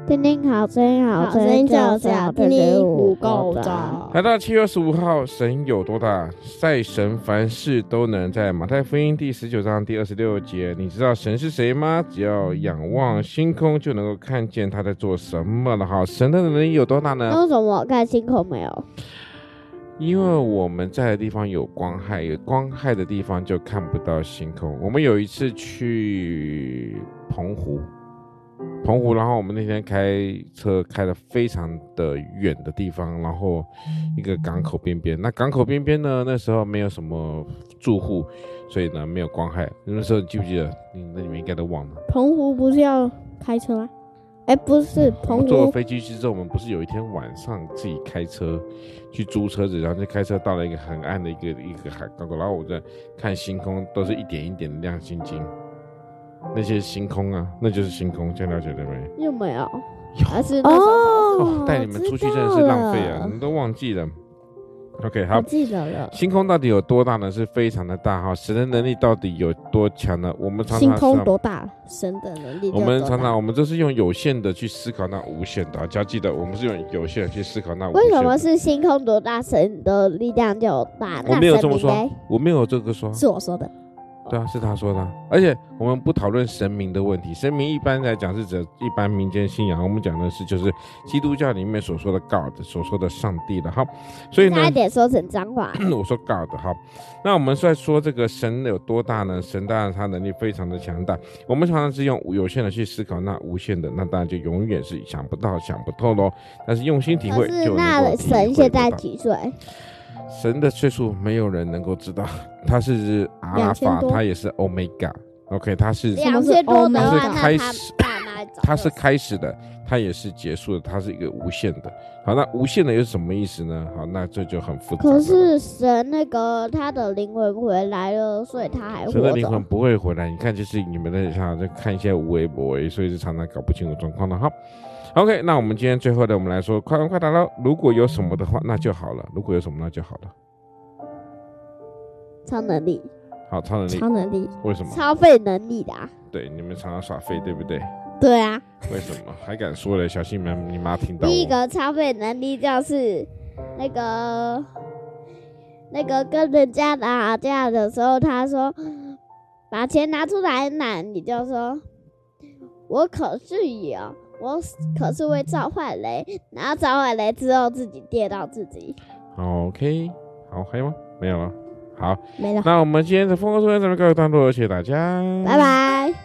听听好声音，好声音就是要听听5够早。 来到7月25号，神有多大？在神凡事都能。在马太福音第19章第26节，你知道神是谁吗？只要仰望星空，就能够看见他在做什么了。好，神的能力有多大呢？ 为什么我看星空没有？ 因为我们在的地方有光害，有光害的地方就看不到星空。我们有一次去澎湖，然后我们那天开车开得非常的远的地方，然后一个港口边边。那港口边边呢，那时候没有什么住户，所以呢没有光害。那时候你记不记得？那你们应该都忘了。 澎湖不是要开车吗？不是，澎湖坐飞机之后，我们不是有一天晚上自己开车去租车子，然后就开车到了一个很暗的一个海港口，然后我在看星空，都是一点一点的亮晶晶。那些星空啊，那就是星空，这样了解对没？ 又没有， 还是带你们出去真的是浪费啊！你们都忘记了。OK， 好， 我记得了。 星空到底有多大呢？是非常的大哈。神的能力到底有多强呢？我们常常星空多大，神的能力我们常常我们都是用有限的去思考那无限的，只要记得我们是用有限的去思考那无限的。 为什么是星空多大，神的力量就有大？ 我没有这么说，我没有这个说， 是我说的。 对啊，是他说的。而且我们不讨论神明的问题，神明一般来讲是指一般民间信仰，我们讲的是就是基督教里面所说的 God， 所说的上帝的。好，所以呢， 差点说成脏话。 我说 God。好，那我们在说这个神有多大呢？神当然他能力非常的强大，我们常常是用有限的去思考那无限的，那当然就永远是想不到、想不透咯。但是用心体会就能够体会得到。 那神现在几岁？ 神的岁数没有人能够知道，他是阿拉法，他也是 Omega。OK， 他是 2000多的话， 他是开始的，他也是结束的，他是一个无限的。好，那无限的又是什么意思呢？好，那这就很复杂了。 可是神他的灵魂回来了，所以他还活着。 神的灵魂不会回来，你看，就是你们在看一些无为不为，所以是常常搞不清楚状况的。好。OK， 那我们今天最后的我们来说快问快答咯。如果有什么的话，那就好了。如果有什么，那就好了。 超能力。 好，超能力。为什么？ 超费能力的啊。 对，你们常常耍废，对不对？ 对啊。 为什么还敢说嘞？小心你妈听到我。 第一个超费能力就是那个跟人家打架的时候，他说把钱拿出来拿，你就说我可是会召唤雷，然后召唤雷之后自己跌到自己。 OK， 好，还有吗？没有了。好， 没了。 那我们今天的风格说在这边告一段落，谢谢大家， 拜拜。